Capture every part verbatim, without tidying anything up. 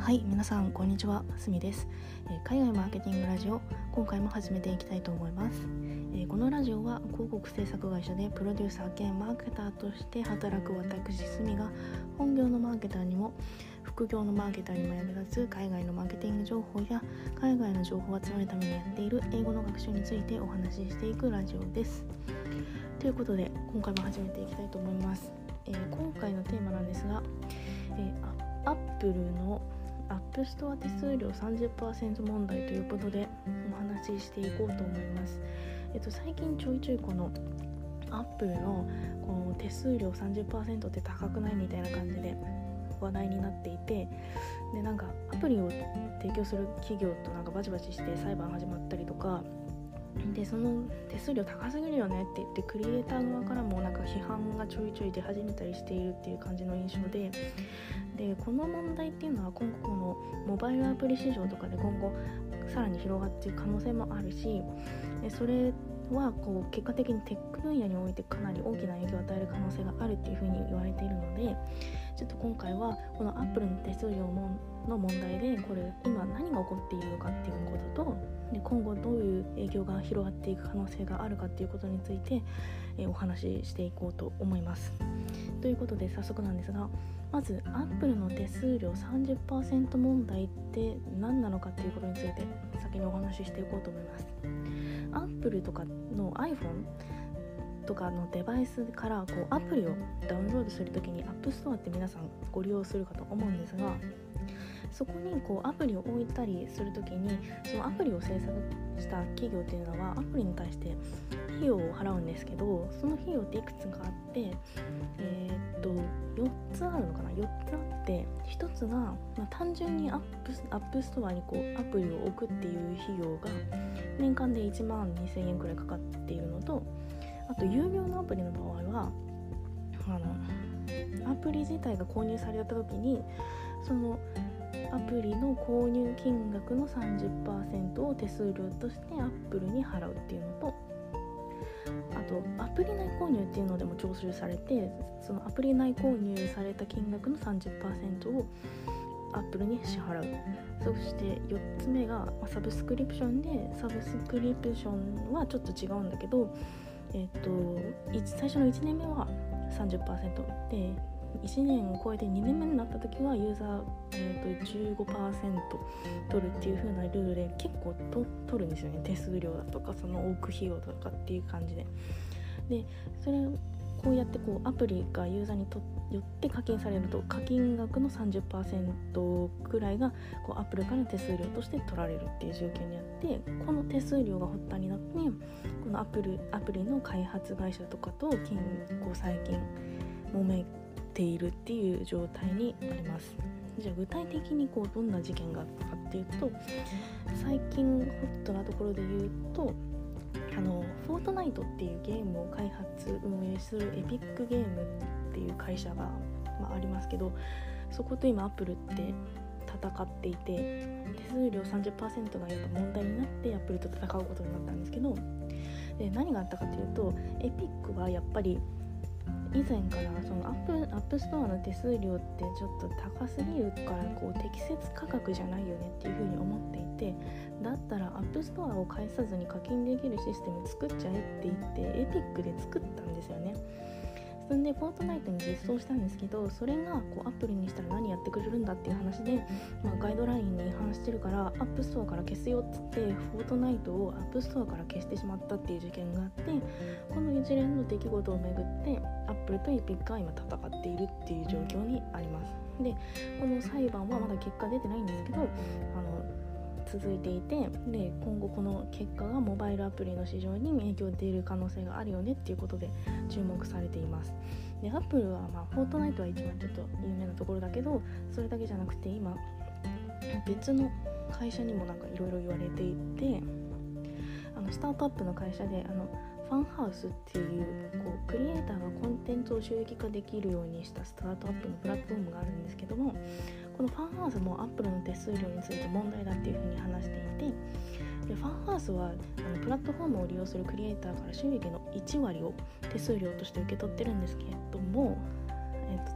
はい、皆さんこんにちは、すみです、えー、海外マーケティングラジオ、今回も始めていきたいと思います、えー、このラジオは広告制作会社でプロデューサー兼マーケターとして働く私すみが、本業のマーケターにも副業のマーケターにも役立つ海外のマーケティング情報や海外の情報を集めるためにやっている英語の学習についてお話ししていくラジオです。ということで今回も始めていきたいと思います。えー、今回のテーマなんですが、えー、アップルのアップストア手数料 さんじゅっパーセント 問題ということでお話ししていこうと思います。えっと、最近ちょいちょいこのアップルのこの手数料 さんじゅっパーセント って高くないみたいな感じで話題になっていて、でなんかアプリを提供する企業となんかバチバチして裁判始まったりとかで、その手数料高すぎるよねって言ってクリエイター側からもなんか批判がちょいちょい出始めたりしているっていう感じの印象で、でこの問題っていうのは今後このモバイルアプリ市場とかで今後さらに広がっていく可能性もあるし、それはこう結果的にテック分野においてかなり大きな影響を与える可能性があるっていうふうに言われているので、ちょっと今回はこのアップルの手数料の問題でこれ今何が起こっているのかっていうことと、で今後どういう影響が広がっていく可能性があるかっていうことについて、えー、お話ししていこうと思います。ということで早速なんですが、まずアップルの手数料 さんじゅっパーセント 問題って何なのかっていうことについて先にお話ししていこうと思います。アップルとかの iPhone とかのデバイスからこうアプリをダウンロードするときに App Store って皆さんご利用するかと思うんですが、そこにこうアプリを置いたりするときにそのアプリを制作した企業っていうのはアプリに対して費用を払うんですけど、その費用っていくつかあって、えー、っとよっつあるのかなよっつあって、ひとつが、まあ、単純にアップ、アップストアにこうアプリを置くっていう費用が年間でいちまんにせんえんくらいかかっているのと、あと有料のアプリの場合はあのアプリ自体が購入された時にそのアプリの購入金額の さんじゅっパーセント を手数料としてアップルに払うっていうのと、あとアプリ内購入っていうのでも徴収されて、そのアプリ内購入された金額の さんじゅっパーセント をアップルに支払う。そしてよっつめがサブスクリプションで、サブスクリプションはちょっと違うんだけど、えっと最初のいちねんめは さんじゅっパーセント で、いちねんを超えてにねんめになった時はユーザー、えー、と じゅうごパーセント 取るっていう風なルールで結構と取るんですよね。手数料だとかその置く費用とかっていう感じで、でそれをこうやってこうアプリがユーザーにとよって課金されると課金額の さんじゅっパーセント くらいがこうアップルから手数料として取られるっていう状況にあって、この手数料が発端になってこのアプリ、アプリの開発会社とかと近こう最近揉めているっていう状態にあります。じゃあ具体的にこうどんな事件があったかっていうと、最近ホットなところで言うと、あのフォートナイトっていうゲームを開発運営するエピックゲームっていう会社が、まあ、ありますけど、そこと今アップルって戦っていて、手数料 さんじゅっパーセント がやっぱ問題になってアップルと戦うことになったんですけど、で何があったかというと、エピックはやっぱり以前からそのアップ、アップストアの手数料ってちょっと高すぎるからこう適切価格じゃないよねっていうふうに思っていて、だったらアップストアを介さずに課金できるシステム作っちゃえって言ってエピックで作ったんですよね。そんでフォートナイトに実装したんですけど、それがこうアプリにしたら何やってくれるんだっていう話で、まあ、ガイドラインに違反してるからアップストアから消すよっつってフォートナイトをアップストアから消してしまったっていう事件があって、この一連の出来事をめぐってアップルとエピックが今戦っているっていう状況にあります。でこの裁判はまだ結果出てないんですけど、あの続いていて、で今後この結果がモバイルアプリの市場に影響出る可能性があるよねっていうことで注目されています。でアップルは、まあ、フォートナイトは一番ちょっと有名なところだけど、それだけじゃなくて今別の会社にもなんかいろいろ言われていて、あのスタートアップの会社であのファンハウスっていう、こうクリエイターがコンテンツを収益化できるようにしたスタートアップのプラットフォームがあるんですけども、このファンハウスもアップルの手数料について問題だっていうふうに話していて、でファンハウスはあのプラットフォームを利用するクリエイターから収益のいちわりを手数料として受け取ってるんですけれども、えっと、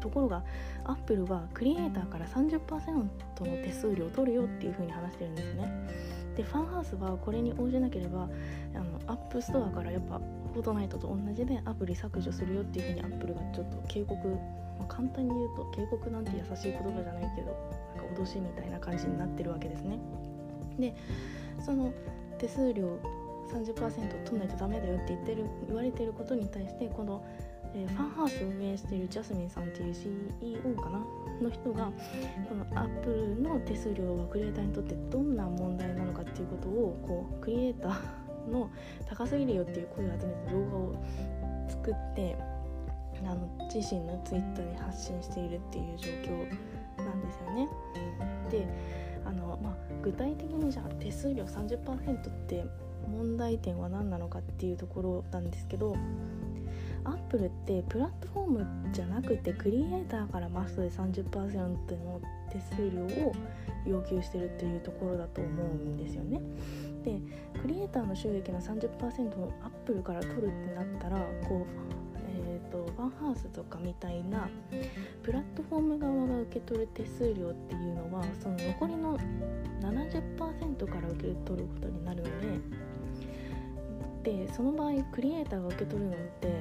ところがアップルはクリエイターから さんじゅっパーセント の手数料を取るよっていう風に話してるんですね。でファンハウスはこれに応じなければあのアップストアからやっぱフォートナイトと同じでアプリ削除するよっていう風にアップルがちょっと警告、まあ、簡単に言うと警告なんて優しい言葉じゃないけどなんか脅しみたいな感じになってるわけですね。でその手数料 さんじゅっパーセント 取んないとダメだよって言ってる言われていることに対してこの、えー、ファンハウスを運営しているジャスミンさんっていう シーイーオー かなの人がこのアップルの手数料はクリエイターにとってどんな問題なのかっていうことをこうクリエイターの高すぎるよっていう声を集めて動画を作ってあの自身のツイッターに発信しているっていう状況なんですよね。であの、まあ、具体的にじゃあ手数料 さんじゅっパーセント って問題点は何なのかっていうところなんですけど、アップルってプラットフォームじゃなくてクリエイターからマストで さんじゅっパーセント の手数料を要求してるっていうところだと思うんですよね。でクリエイターの収益の さんじゅっパーセント をアップルから取るってなったらこう、えーと、ファンハウスとかみたいなプラットフォーム側が受け取る手数料っていうのはその残りの ななじゅっパーセント から受け取ることになるので、でその場合クリエイターが受け取るのって、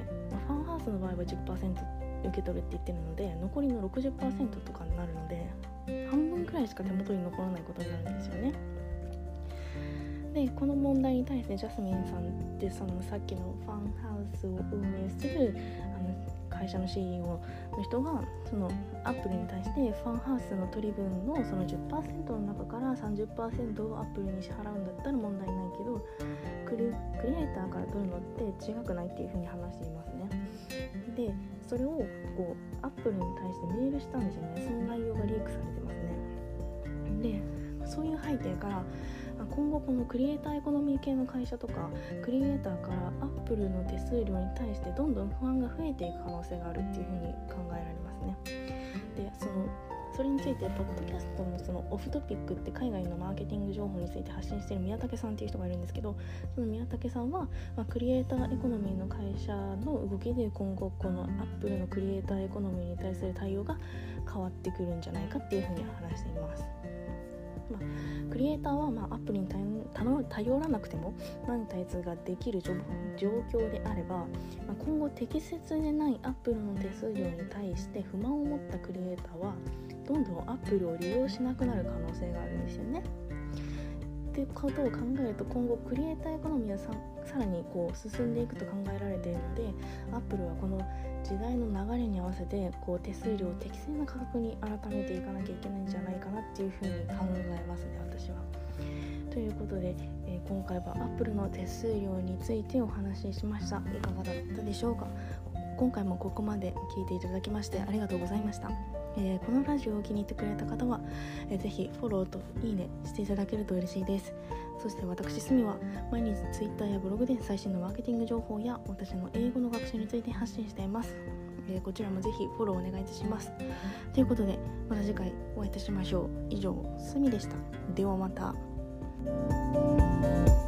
まあ、ファンハウスの場合は じゅっパーセント 受け取るって言ってるので残りの ろくじゅっパーセント とかになるので半分くらいしか手元に残らないことになるんですよね。でこの問題に対してジャスミンさんってそのさっきのファンハウスを運営するあの会社の シーイーオー の人がそのアップルに対してファンハウスの取り分のその じゅっパーセント の中から さんじゅっパーセント をアップルに支払うんだったら問題ないけどクリ、クリエイターから取るのって違くないっていうふうに話していますね。でそれをこうアップルに対してメールしたんですよね。その内容がリークされてますね。でそういう背景から今後このクリエイターエコノミー系の会社とかクリエイターからアップルの手数料に対してどんどん不安が増えていく可能性があるっていうふうに考えられますね。でそのそれについてポッドキャストのそのオフトピックって海外のマーケティング情報について発信している宮武さんっていう人がいるんですけど、その宮武さんは、まあ、クリエイターエコノミーの会社の動きで今後このアップルのクリエイターエコノミーに対する対応が変わってくるんじゃないかっていうふうに話しています。まあ、クリエイターは、まあ、アップルに頼らなくてもマネタイズができる状況であれば、まあ、今後適切でないアップルの手数料に対して不満を持ったクリエイターはどんどんアップルを利用しなくなる可能性があるんですよね。ってことを考えると今後クリエイターエコノミーは さ, さらにこう進んでいくと考えられているので、アップルはこの時代の流れに合わせてこう手数料を適正な価格に改めていかなきゃいけないんじゃないかなっていうふうに考えますね、私は。ということで、えー、今回はアップルの手数料についてお話ししました。いかがだったでしょうか。今回もここまで聞いていただきましてありがとうございました。えー、このラジオを気に入ってくれた方は、えー、ぜひフォローといいねしていただけると嬉しいです。そして私すみは毎日ツイッターやブログで最新のマーケティング情報や私の英語の学習について発信しています。えー、こちらもぜひフォローお願いいたします。ということでまた次回お会いいたしましょう。以上すみでした。ではまた。